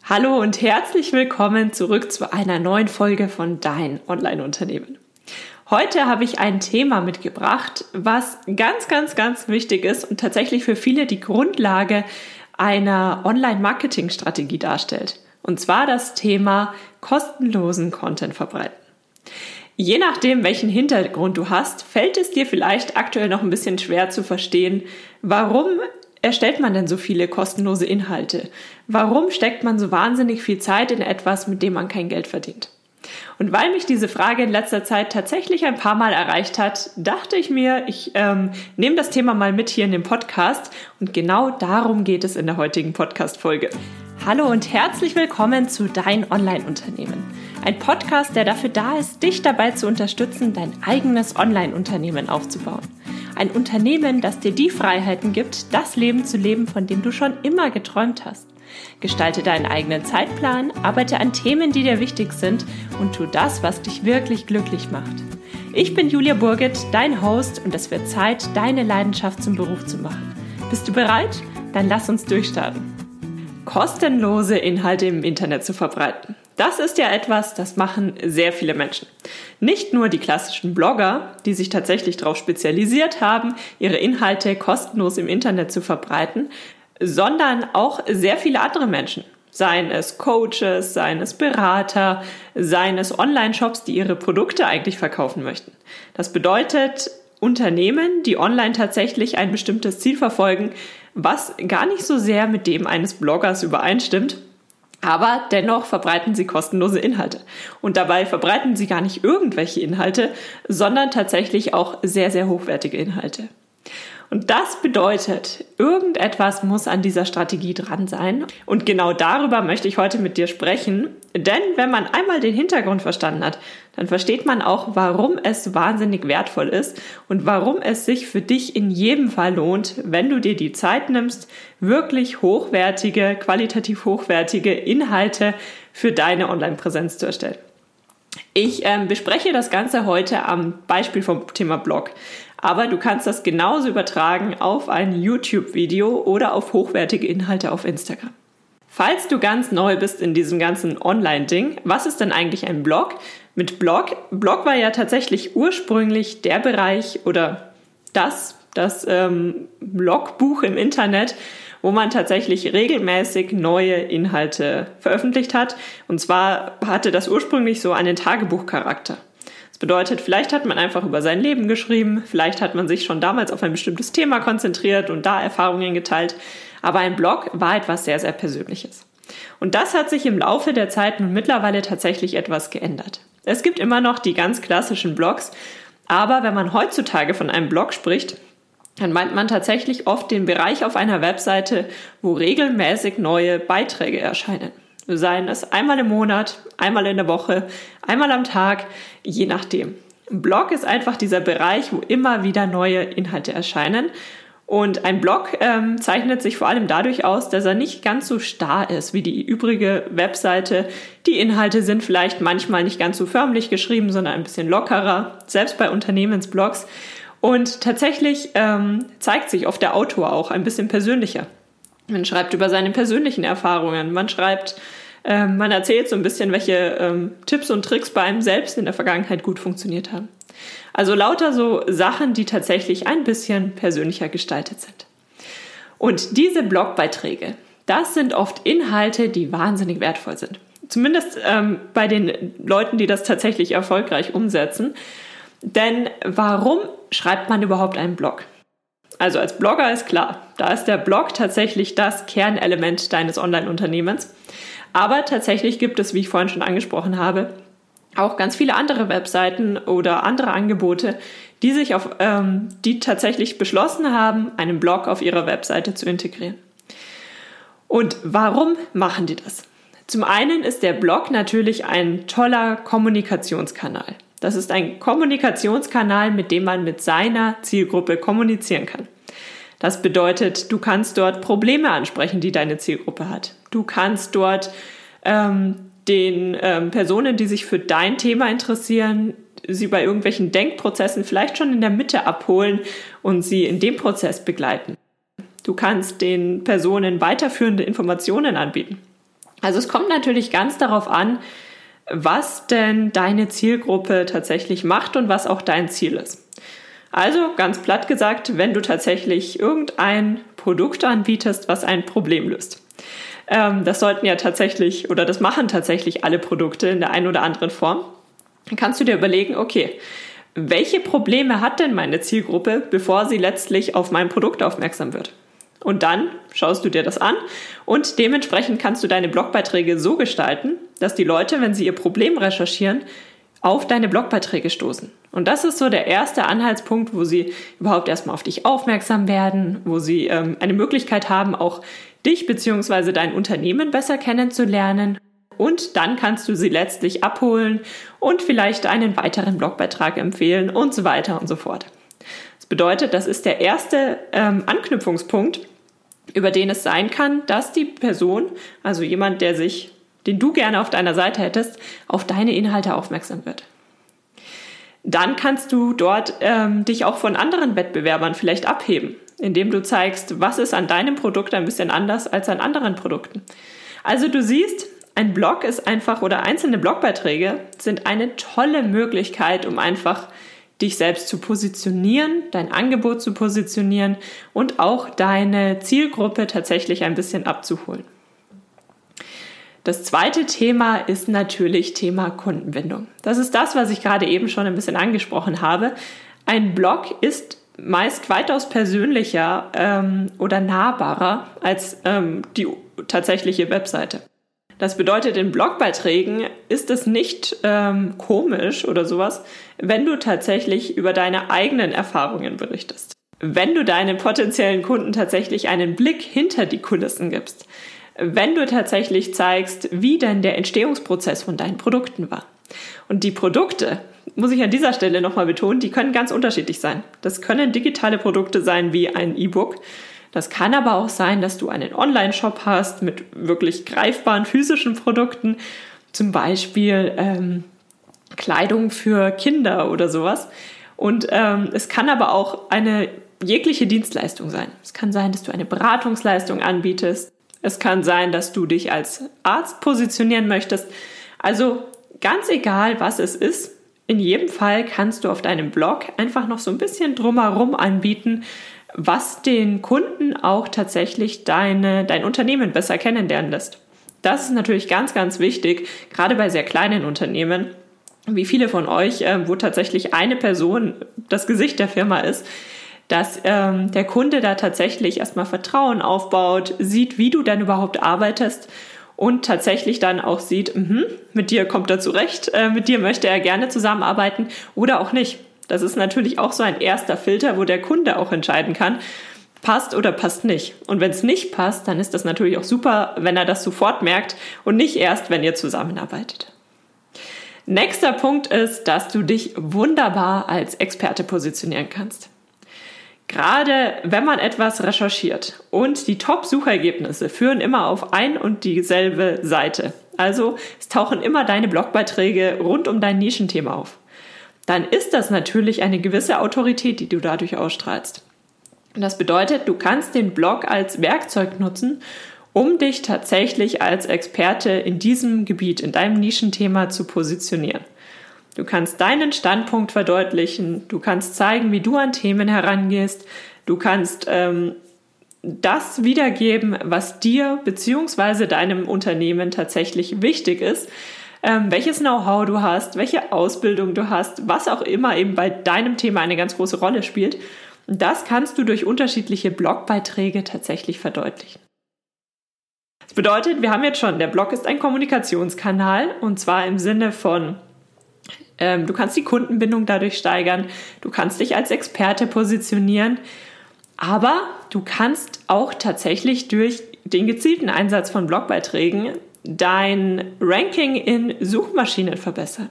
Hallo und herzlich willkommen zurück zu einer neuen Folge von Dein Online-Unternehmen. Heute habe ich ein Thema mitgebracht, was ganz wichtig ist und tatsächlich für viele die Grundlage einer Online-Marketing-Strategie darstellt. Und zwar das Thema kostenlosen Content verbreiten. Je nachdem, welchen Hintergrund du hast, fällt es dir vielleicht aktuell noch ein bisschen schwer zu verstehen, warum erstellt man denn so viele kostenlose Inhalte? Warum steckt man so wahnsinnig viel Zeit in etwas, mit dem man kein Geld verdient? Und weil mich diese Frage in letzter Zeit tatsächlich ein paar Mal erreicht hat, dachte ich mir, ich nehme das Thema mal mit hier in dem Podcast und genau darum geht es in der heutigen Podcast-Folge. Hallo und herzlich willkommen zu Dein Online-Unternehmen. Ein Podcast, der dafür da ist, dich dabei zu unterstützen, dein eigenes Online-Unternehmen aufzubauen. Ein Unternehmen, das dir die Freiheiten gibt, das Leben zu leben, von dem du schon immer geträumt hast. Gestalte deinen eigenen Zeitplan, arbeite an Themen, die dir wichtig sind und tu das, was dich wirklich glücklich macht. Ich bin Julia Burget, dein Host, und es wird Zeit, deine Leidenschaft zum Beruf zu machen. Bist du bereit? Dann lass uns durchstarten. Kostenlose Inhalte im Internet zu verbreiten. Das ist ja etwas, das machen sehr viele Menschen. Nicht nur die klassischen Blogger, die sich tatsächlich darauf spezialisiert haben, ihre Inhalte kostenlos im Internet zu verbreiten, sondern auch sehr viele andere Menschen. Seien es Coaches, seien es Berater, seien es Online-Shops, die ihre Produkte eigentlich verkaufen möchten. Das bedeutet Unternehmen, die online tatsächlich ein bestimmtes Ziel verfolgen, was gar nicht so sehr mit dem eines Bloggers übereinstimmt. Aber dennoch verbreiten sie kostenlose Inhalte. Und dabei verbreiten sie gar nicht irgendwelche Inhalte, sondern tatsächlich auch sehr hochwertige Inhalte. Und das bedeutet, irgendetwas muss an dieser Strategie dran sein. Und genau darüber möchte ich heute mit dir sprechen. Denn wenn man einmal den Hintergrund verstanden hat, dann versteht man auch, warum es wahnsinnig wertvoll ist und warum es sich für dich in jedem Fall lohnt, wenn du dir die Zeit nimmst, wirklich hochwertige, qualitativ hochwertige Inhalte für deine Online-Präsenz zu erstellen. Ich bespreche das Ganze heute am Beispiel vom Thema Blog. Aber du kannst das genauso übertragen auf ein YouTube-Video oder auf hochwertige Inhalte auf Instagram. Falls du ganz neu bist in diesem ganzen Online-Ding, was ist denn eigentlich ein Blog? Mit Blog war ja tatsächlich ursprünglich der Bereich oder das Blogbuch im Internet, wo man tatsächlich regelmäßig neue Inhalte veröffentlicht hat. Und zwar hatte das ursprünglich so einen Tagebuchcharakter. Das bedeutet, vielleicht hat man einfach über sein Leben geschrieben, vielleicht hat man sich schon damals auf ein bestimmtes Thema konzentriert und da Erfahrungen geteilt, aber ein Blog war etwas sehr Persönliches. Und das hat sich im Laufe der Zeit nun mittlerweile tatsächlich etwas geändert. Es gibt immer noch die ganz klassischen Blogs, aber wenn man heutzutage von einem Blog spricht, dann meint man tatsächlich oft den Bereich auf einer Webseite, wo regelmäßig neue Beiträge erscheinen. Seien es einmal im Monat, einmal in der Woche, einmal am Tag, je nachdem. Ein Blog ist einfach dieser Bereich, wo immer wieder neue Inhalte erscheinen. Und ein Blog zeichnet sich vor allem dadurch aus, dass er nicht ganz so starr ist wie die übrige Webseite. Die Inhalte sind vielleicht manchmal nicht ganz so förmlich geschrieben, sondern ein bisschen lockerer, selbst bei Unternehmensblogs. Und tatsächlich zeigt sich oft der Autor auch ein bisschen persönlicher. Man schreibt über seine persönlichen Erfahrungen, man erzählt so ein bisschen, welche Tipps und Tricks bei einem selbst in der Vergangenheit gut funktioniert haben. Also lauter so Sachen, die tatsächlich ein bisschen persönlicher gestaltet sind. Und diese Blogbeiträge, das sind oft Inhalte, die wahnsinnig wertvoll sind. Zumindest bei den Leuten, die das tatsächlich erfolgreich umsetzen. Denn warum schreibt man überhaupt einen Blog? Also als Blogger ist klar, da ist der Blog tatsächlich das Kernelement deines Online-Unternehmens. Aber tatsächlich gibt es, wie ich vorhin schon angesprochen habe, auch ganz viele andere Webseiten oder andere Angebote, die tatsächlich beschlossen haben, einen Blog auf ihrer Webseite zu integrieren. Und warum machen die das? Zum einen ist der Blog natürlich ein toller Kommunikationskanal. Das ist ein Kommunikationskanal, mit dem man mit seiner Zielgruppe kommunizieren kann. Das bedeutet, du kannst dort Probleme ansprechen, die deine Zielgruppe hat. Du kannst dort den Personen, die sich für dein Thema interessieren, sie bei irgendwelchen Denkprozessen vielleicht schon in der Mitte abholen und sie in dem Prozess begleiten. Du kannst den Personen weiterführende Informationen anbieten. Also es kommt natürlich ganz darauf an, was denn deine Zielgruppe tatsächlich macht und was auch dein Ziel ist. Also ganz platt gesagt, wenn du tatsächlich irgendein Produkt anbietest, was ein Problem löst. Das sollten ja tatsächlich oder das machen tatsächlich alle Produkte in der einen oder anderen Form. Dann kannst du dir überlegen, okay, welche Probleme hat denn meine Zielgruppe, bevor sie letztlich auf mein Produkt aufmerksam wird? Und dann schaust du dir das an und dementsprechend kannst du deine Blogbeiträge so gestalten, dass die Leute, wenn sie ihr Problem recherchieren, auf deine Blogbeiträge stoßen. Und das ist so der erste Anhaltspunkt, wo sie überhaupt erstmal auf dich aufmerksam werden, wo sie eine Möglichkeit haben, auch dich bzw. dein Unternehmen besser kennenzulernen. Und dann kannst du sie letztlich abholen und vielleicht einen weiteren Blogbeitrag empfehlen und so weiter und so fort. Das bedeutet, das ist der erste Anknüpfungspunkt, über den es sein kann, dass die Person, also jemand, den du gerne auf deiner Seite hättest, auf deine Inhalte aufmerksam wird. Dann kannst du dort dich auch von anderen Wettbewerbern vielleicht abheben, indem du zeigst, was ist an deinem Produkt ein bisschen anders als an anderen Produkten. Also du siehst, ein Blog ist einfach oder einzelne Blogbeiträge sind eine tolle Möglichkeit, um einfach dich selbst zu positionieren, dein Angebot zu positionieren und auch deine Zielgruppe tatsächlich ein bisschen abzuholen. Das zweite Thema ist natürlich Thema Kundenbindung. Das ist das, was ich gerade eben schon ein bisschen angesprochen habe. Ein Blog ist meist weitaus persönlicher oder nahbarer als die tatsächliche Webseite. Das bedeutet, in Blogbeiträgen ist es nicht komisch oder sowas, wenn du tatsächlich über deine eigenen Erfahrungen berichtest. Wenn du deinen potenziellen Kunden tatsächlich einen Blick hinter die Kulissen gibst. Wenn du tatsächlich zeigst, wie denn der Entstehungsprozess von deinen Produkten war. Und die Produkte, muss ich an dieser Stelle nochmal betonen, die können ganz unterschiedlich sein. Das können digitale Produkte sein wie ein E-Book. Das kann aber auch sein, dass du einen Online-Shop hast mit wirklich greifbaren physischen Produkten, zum Beispiel Kleidung für Kinder oder sowas. Und es kann aber auch eine jegliche Dienstleistung sein. Es kann sein, dass du eine Beratungsleistung anbietest. Es kann sein, dass du dich als Arzt positionieren möchtest. Also ganz egal, was es ist, in jedem Fall kannst du auf deinem Blog einfach noch so ein bisschen drumherum anbieten, was den Kunden auch tatsächlich dein Unternehmen besser kennenlernen lässt. Das ist natürlich ganz, ganz wichtig, gerade bei sehr kleinen Unternehmen, wie viele von euch, wo tatsächlich eine Person das Gesicht der Firma ist, dass der Kunde da tatsächlich erstmal Vertrauen aufbaut, sieht, wie du dann überhaupt arbeitest und tatsächlich dann auch sieht, mit dir kommt er zurecht, mit dir möchte er gerne zusammenarbeiten oder auch nicht. Das ist natürlich auch so ein erster Filter, wo der Kunde auch entscheiden kann, passt oder passt nicht. Und wenn es nicht passt, dann ist das natürlich auch super, wenn er das sofort merkt und nicht erst, wenn ihr zusammenarbeitet. Nächster Punkt ist, dass du dich wunderbar als Experte positionieren kannst. Gerade wenn man etwas recherchiert und die Top-Suchergebnisse führen immer auf ein und dieselbe Seite, also es tauchen immer deine Blogbeiträge rund um dein Nischenthema auf, dann ist das natürlich eine gewisse Autorität, die du dadurch ausstrahlst. Und das bedeutet, du kannst den Blog als Werkzeug nutzen, um dich tatsächlich als Experte in diesem Gebiet, in deinem Nischenthema zu positionieren. Du kannst deinen Standpunkt verdeutlichen, du kannst zeigen, wie du an Themen herangehst, du kannst das wiedergeben, was dir bzw. deinem Unternehmen tatsächlich wichtig ist, welches Know-how du hast, welche Ausbildung du hast, was auch immer eben bei deinem Thema eine ganz große Rolle spielt. Und das kannst du durch unterschiedliche Blogbeiträge tatsächlich verdeutlichen. Das bedeutet, wir haben jetzt schon, der Blog ist ein Kommunikationskanal und zwar im Sinne von du kannst die Kundenbindung dadurch steigern, du kannst dich als Experte positionieren, aber du kannst auch tatsächlich durch den gezielten Einsatz von Blogbeiträgen dein Ranking in Suchmaschinen verbessern.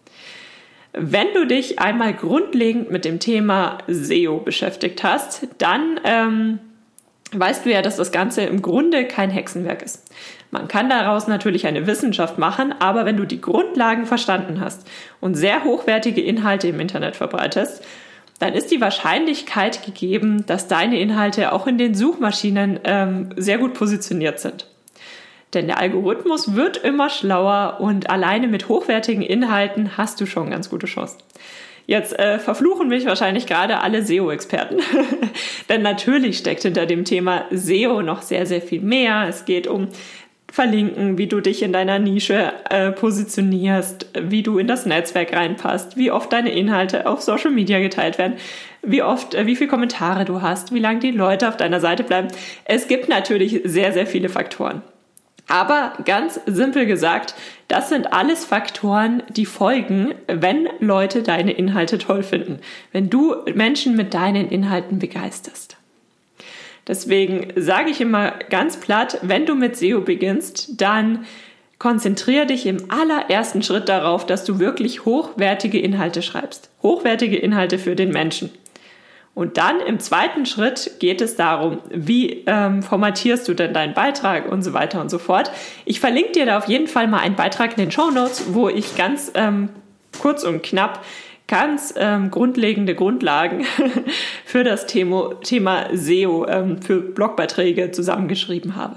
Wenn du dich einmal grundlegend mit dem Thema SEO beschäftigt hast, dann weißt du ja, dass das Ganze im Grunde kein Hexenwerk ist. Man kann daraus natürlich eine Wissenschaft machen, aber wenn du die Grundlagen verstanden hast und sehr hochwertige Inhalte im Internet verbreitest, dann ist die Wahrscheinlichkeit gegeben, dass deine Inhalte auch in den Suchmaschinen sehr gut positioniert sind. Denn der Algorithmus wird immer schlauer und alleine mit hochwertigen Inhalten hast du schon ganz gute Chancen. Jetzt verfluchen mich wahrscheinlich gerade alle SEO-Experten, denn natürlich steckt hinter dem Thema SEO noch sehr, sehr viel mehr. Es geht um Verlinken, wie du dich in deiner Nische positionierst, wie du in das Netzwerk reinpasst, wie oft deine Inhalte auf Social Media geteilt werden, wie viele Kommentare du hast, wie lange die Leute auf deiner Seite bleiben. Es gibt natürlich sehr, sehr viele Faktoren. Aber ganz simpel gesagt, das sind alles Faktoren, die folgen, wenn Leute deine Inhalte toll finden, wenn du Menschen mit deinen Inhalten begeisterst. Deswegen sage ich immer ganz platt, wenn du mit SEO beginnst, dann konzentriere dich im allerersten Schritt darauf, dass du wirklich hochwertige Inhalte schreibst. Hochwertige Inhalte für den Menschen. Und dann im zweiten Schritt geht es darum, wie formatierst du denn deinen Beitrag und so weiter und so fort. Ich verlinke dir da auf jeden Fall mal einen Beitrag in den Shownotes, wo ich ganz kurz und knapp ganz grundlegende Grundlagen für das Thema SEO für Blogbeiträge zusammengeschrieben habe.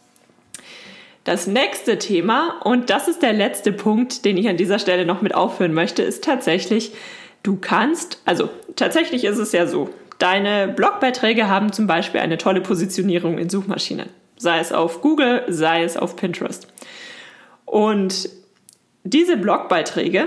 Das nächste Thema, und das ist der letzte Punkt, den ich an dieser Stelle noch mit aufführen möchte, ist tatsächlich, tatsächlich ist es ja so, deine Blogbeiträge haben zum Beispiel eine tolle Positionierung in Suchmaschinen, sei es auf Google, sei es auf Pinterest. Und diese Blogbeiträge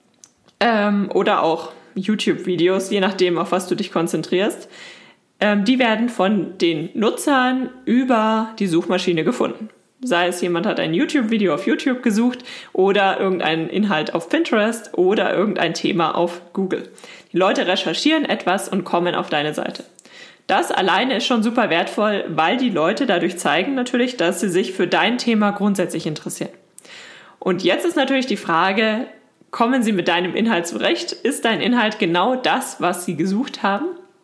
oder auch YouTube-Videos, je nachdem, auf was du dich konzentrierst, die werden von den Nutzern über die Suchmaschine gefunden. Sei es, jemand hat ein YouTube-Video auf YouTube gesucht oder irgendeinen Inhalt auf Pinterest oder irgendein Thema auf Google. Die Leute recherchieren etwas und kommen auf deine Seite. Das alleine ist schon super wertvoll, weil die Leute dadurch zeigen natürlich, dass sie sich für dein Thema grundsätzlich interessieren. Und jetzt ist natürlich die Frage, kommen sie mit deinem Inhalt zurecht? Ist dein Inhalt genau das, was sie gesucht haben?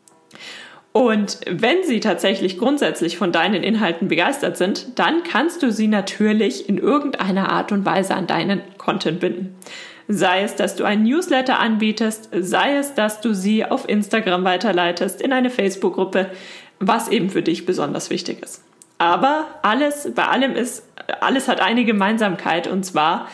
Und wenn sie tatsächlich grundsätzlich von deinen Inhalten begeistert sind, dann kannst du sie natürlich in irgendeiner Art und Weise an deinen Content binden. Sei es, dass du einen Newsletter anbietest, sei es, dass du sie auf Instagram weiterleitest, in eine Facebook-Gruppe, was eben für dich besonders wichtig ist. Aber alles hat eine Gemeinsamkeit, und zwar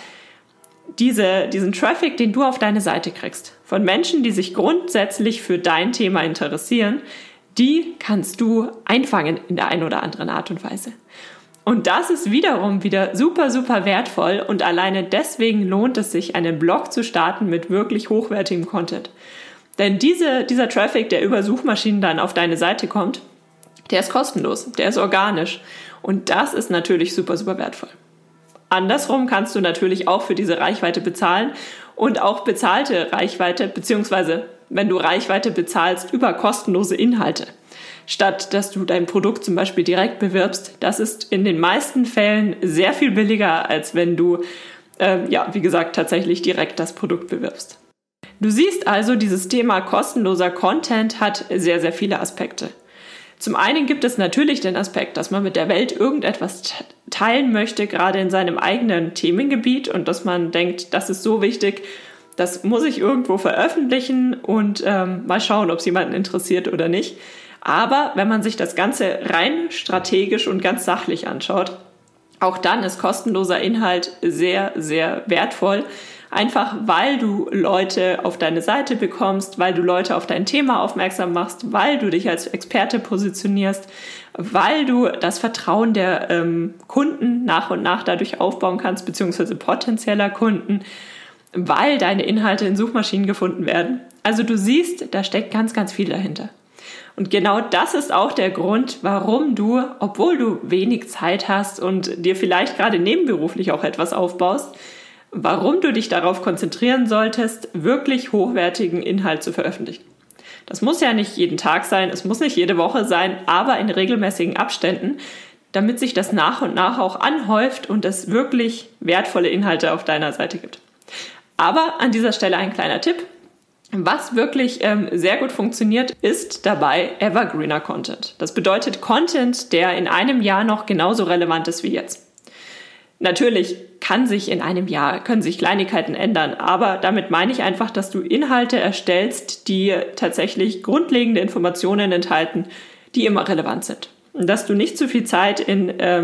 diesen Traffic, den du auf deine Seite kriegst, von Menschen, die sich grundsätzlich für dein Thema interessieren, die kannst du einfangen in der einen oder anderen Art und Weise. Und das ist wiederum wieder super, super wertvoll, und alleine deswegen lohnt es sich, einen Blog zu starten mit wirklich hochwertigem Content. Denn dieser Traffic, der über Suchmaschinen dann auf deine Seite kommt, der ist kostenlos, der ist organisch, und das ist natürlich super, super wertvoll. Andersrum kannst du natürlich auch für diese Reichweite bezahlen und auch bezahlte Reichweite, beziehungsweise wenn du Reichweite bezahlst über kostenlose Inhalte, statt dass du dein Produkt zum Beispiel direkt bewirbst. Das ist in den meisten Fällen sehr viel billiger, als wenn du, wie gesagt, tatsächlich direkt das Produkt bewirbst. Du siehst also, dieses Thema kostenloser Content hat sehr, sehr viele Aspekte. Zum einen gibt es natürlich den Aspekt, dass man mit der Welt irgendetwas teilen möchte, gerade in seinem eigenen Themengebiet, und dass man denkt, das ist so wichtig, das muss ich irgendwo veröffentlichen und mal schauen, ob es jemanden interessiert oder nicht. Aber wenn man sich das Ganze rein strategisch und ganz sachlich anschaut, auch dann ist kostenloser Inhalt sehr, sehr wertvoll. Einfach weil du Leute auf deine Seite bekommst, weil du Leute auf dein Thema aufmerksam machst, weil du dich als Experte positionierst, weil du das Vertrauen der Kunden nach und nach dadurch aufbauen kannst, beziehungsweise potenzieller Kunden, weil deine Inhalte in Suchmaschinen gefunden werden. Also du siehst, da steckt ganz, ganz viel dahinter. Und genau das ist auch der Grund, warum du, obwohl du wenig Zeit hast und dir vielleicht gerade nebenberuflich auch etwas aufbaust, warum du dich darauf konzentrieren solltest, wirklich hochwertigen Inhalt zu veröffentlichen. Das muss ja nicht jeden Tag sein, es muss nicht jede Woche sein, aber in regelmäßigen Abständen, damit sich das nach und nach auch anhäuft und es wirklich wertvolle Inhalte auf deiner Seite gibt. Aber an dieser Stelle ein kleiner Tipp. Was wirklich sehr gut funktioniert, ist dabei Evergreener Content. Das bedeutet Content, der in einem Jahr noch genauso relevant ist wie jetzt. Natürlich können sich Kleinigkeiten ändern, aber damit meine ich einfach, dass du Inhalte erstellst, die tatsächlich grundlegende Informationen enthalten, die immer relevant sind. Und dass du nicht zu viel Zeit in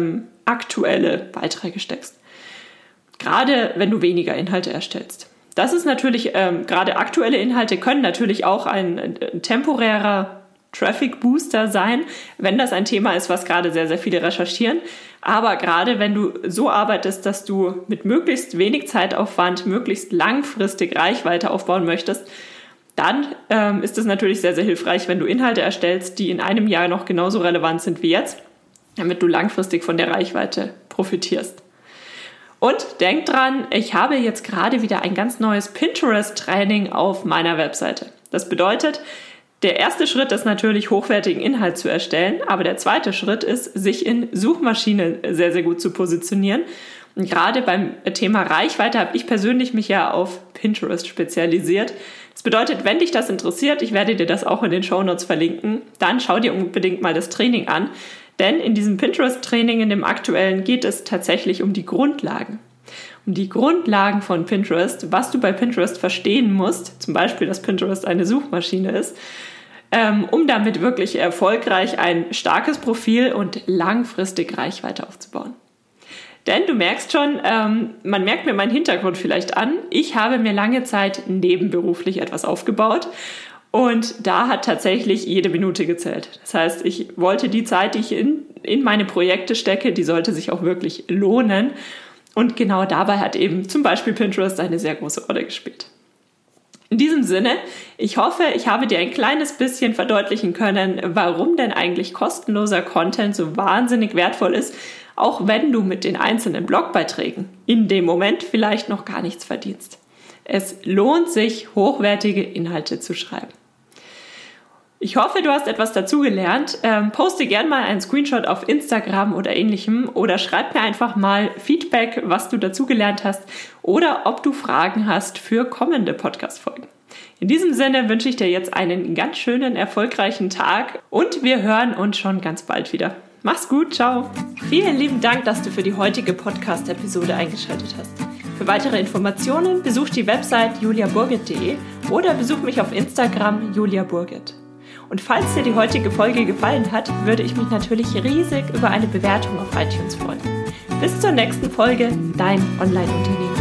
aktuelle Beiträge steckst. Gerade wenn du weniger Inhalte erstellst. Das ist natürlich, gerade aktuelle Inhalte können natürlich auch ein temporärer Traffic Booster sein, wenn das ein Thema ist, was gerade sehr, sehr viele recherchieren. Aber gerade wenn du so arbeitest, dass du mit möglichst wenig Zeitaufwand, möglichst langfristig Reichweite aufbauen möchtest, dann ist es natürlich sehr, sehr hilfreich, wenn du Inhalte erstellst, die in einem Jahr noch genauso relevant sind wie jetzt, damit du langfristig von der Reichweite profitierst. Und denk dran, ich habe jetzt gerade wieder ein ganz neues Pinterest-Training auf meiner Webseite. Das bedeutet, der erste Schritt ist natürlich, hochwertigen Inhalt zu erstellen, aber der zweite Schritt ist, sich in Suchmaschinen sehr, sehr gut zu positionieren. Und gerade beim Thema Reichweite habe ich persönlich mich ja auf Pinterest spezialisiert. Das bedeutet, wenn dich das interessiert, ich werde dir das auch in den Shownotes verlinken, dann schau dir unbedingt mal das Training an. Denn in diesem Pinterest-Training, in dem aktuellen, geht es tatsächlich um die Grundlagen. Um die Grundlagen von Pinterest, was du bei Pinterest verstehen musst, zum Beispiel, dass Pinterest eine Suchmaschine ist, um damit wirklich erfolgreich ein starkes Profil und langfristig Reichweite aufzubauen. Denn du merkst schon, man merkt mir meinen Hintergrund vielleicht an, ich habe mir lange Zeit nebenberuflich etwas aufgebaut. Und da hat tatsächlich jede Minute gezählt. Das heißt, ich wollte die Zeit, die ich in meine Projekte stecke, die sollte sich auch wirklich lohnen. Und genau dabei hat eben zum Beispiel Pinterest eine sehr große Rolle gespielt. In diesem Sinne, ich hoffe, ich habe dir ein kleines bisschen verdeutlichen können, warum denn eigentlich kostenloser Content so wahnsinnig wertvoll ist, auch wenn du mit den einzelnen Blogbeiträgen in dem Moment vielleicht noch gar nichts verdienst. Es lohnt sich, hochwertige Inhalte zu schreiben. Ich hoffe, du hast etwas dazugelernt. Poste gerne mal einen Screenshot auf Instagram oder ähnlichem oder schreib mir einfach mal Feedback, was du dazugelernt hast oder ob du Fragen hast für kommende Podcast-Folgen. In diesem Sinne wünsche ich dir jetzt einen ganz schönen, erfolgreichen Tag und wir hören uns schon ganz bald wieder. Mach's gut, ciao! Vielen lieben Dank, dass du für die heutige Podcast-Episode eingeschaltet hast. Für weitere Informationen besuch die Website juliaburgit.de oder besuch mich auf Instagram juliaburgit. Und falls dir die heutige Folge gefallen hat, würde ich mich natürlich riesig über eine Bewertung auf iTunes freuen. Bis zur nächsten Folge, dein Online-Unternehmen.